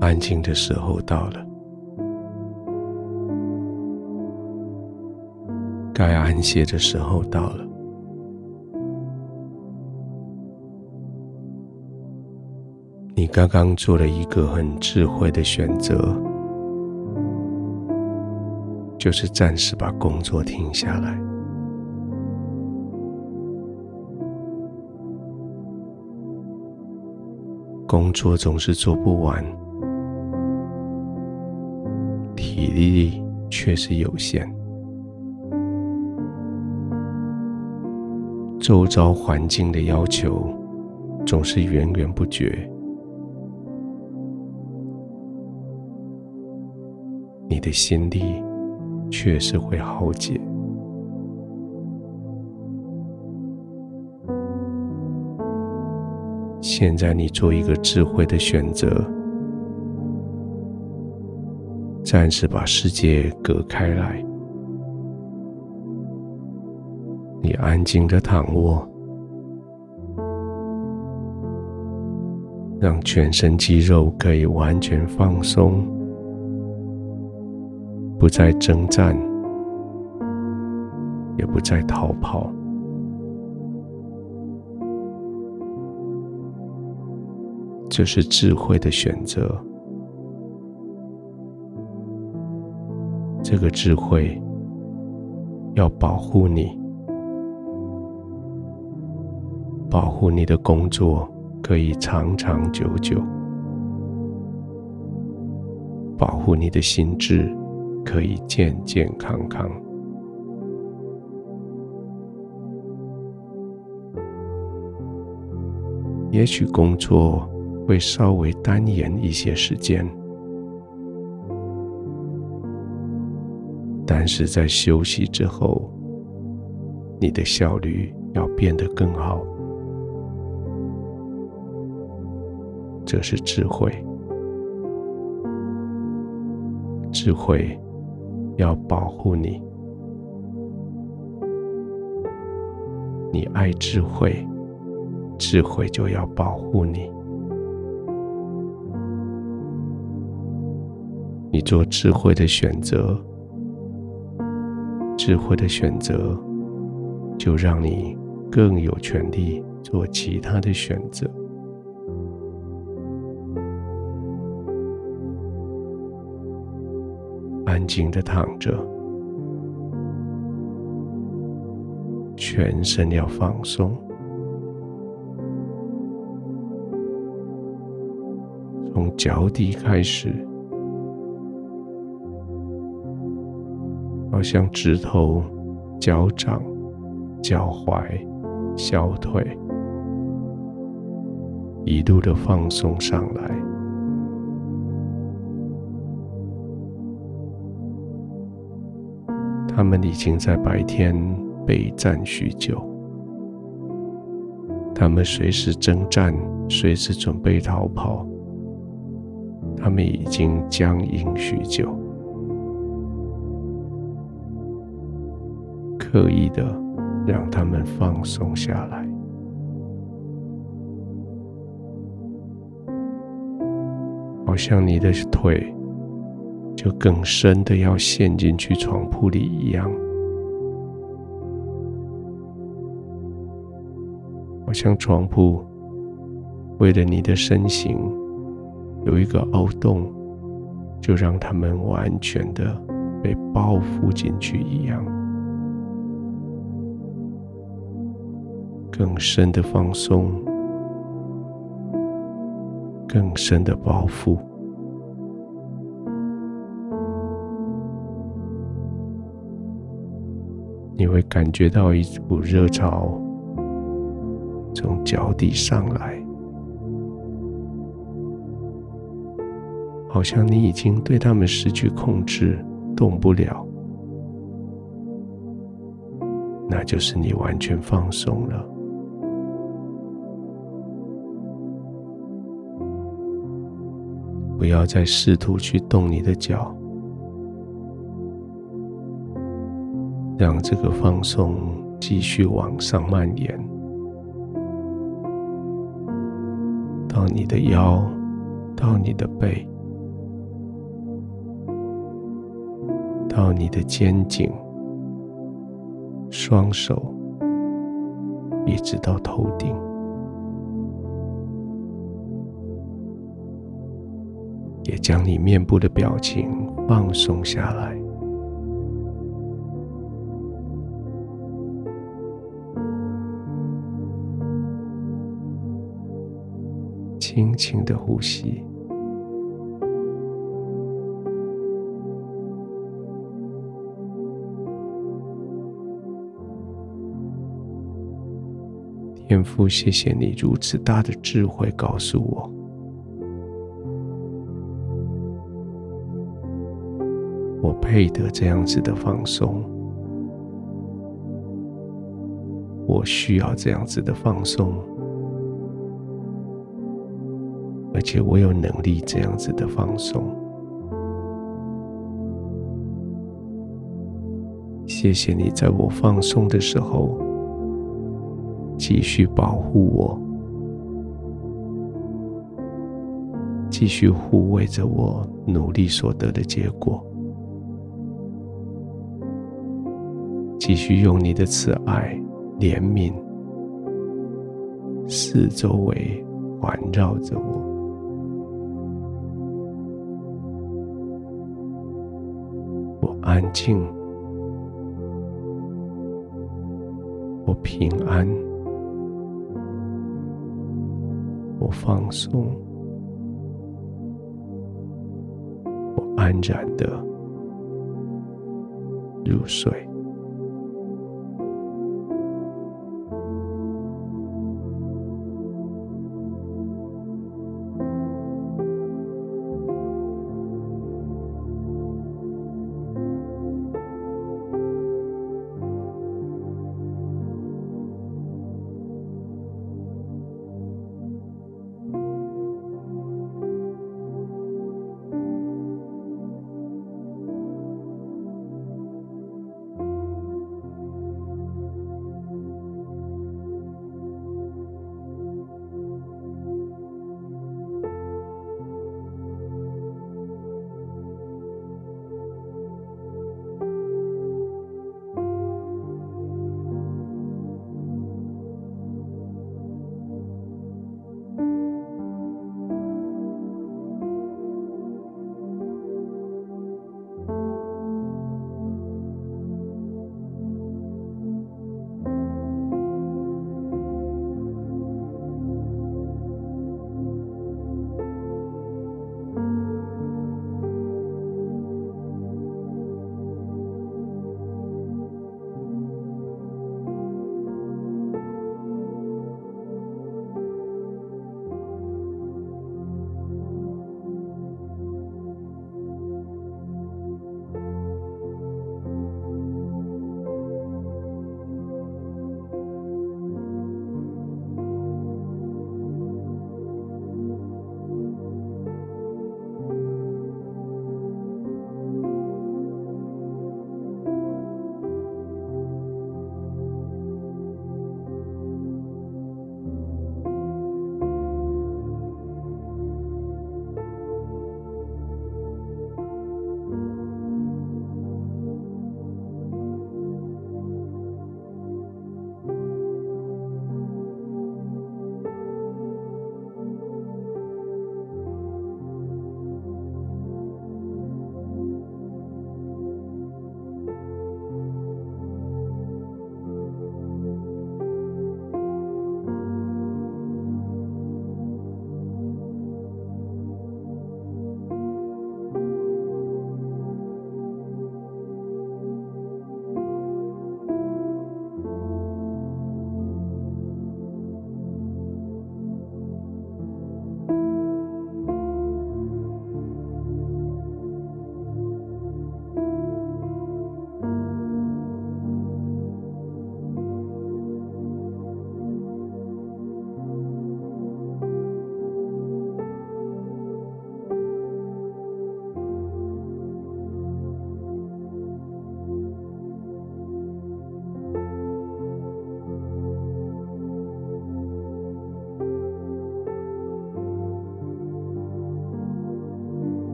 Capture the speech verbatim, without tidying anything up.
安静的时候到了，该安歇的时候到了。你刚刚做了一个很智慧的选择，就是暂时把工作停下来。工作总是做不完，体力却是有限，周遭环境的要求总是源源不绝，你的心力确实会耗竭。现在你做一个智慧的选择，暂时把世界隔开来，你安静地躺卧，让全身肌肉可以完全放松，不再征战，也不再逃跑。这是智慧的选择。这个智慧要保护你，保护你的工作可以长长久久，保护你的心智可以健健康康。也许工作会稍微单延一些时间，但是在休息之后，你的效率要变得更好。这是智慧，智慧要保护你。你爱智慧，智慧就要保护你。你做智慧的选择，智慧的选择就让你更有权利做其他的选择。安静地躺着，全身要放松，从脚底开始，好像指头、脚掌、脚踝、小腿，一路的放松上来。他们已经在白天备战许久，他们随时征战，随时准备逃跑，他们已经僵硬许久。刻意的让他们放松下来，好像你的腿就更深的要陷进去床铺里一样，好像床铺为了你的身形有一个凹洞，就让他们完全的被包覆进去一样。更深的放松，更深的包覆。你会感觉到一股热潮从脚底上来，好像你已经对他们失去控制，动不了。那就是你完全放松了。不要再试图去动你的脚，让这个放松继续往上蔓延，到你的腰，到你的背， 到你的肩颈，双手一直到头顶，也将你面部的表情放松下来。轻轻的呼吸，天父，谢谢你如此大的智慧告诉我，我配得这样子的放松，我需要这样子的放松，而且我有能力这样子的放松。谢谢你在我放松的时候继续保护我，继续护卫着我努力所得的结果，继续用你的慈爱怜悯四周围环绕着我。我安静，我平安，我放松，我安然地入睡。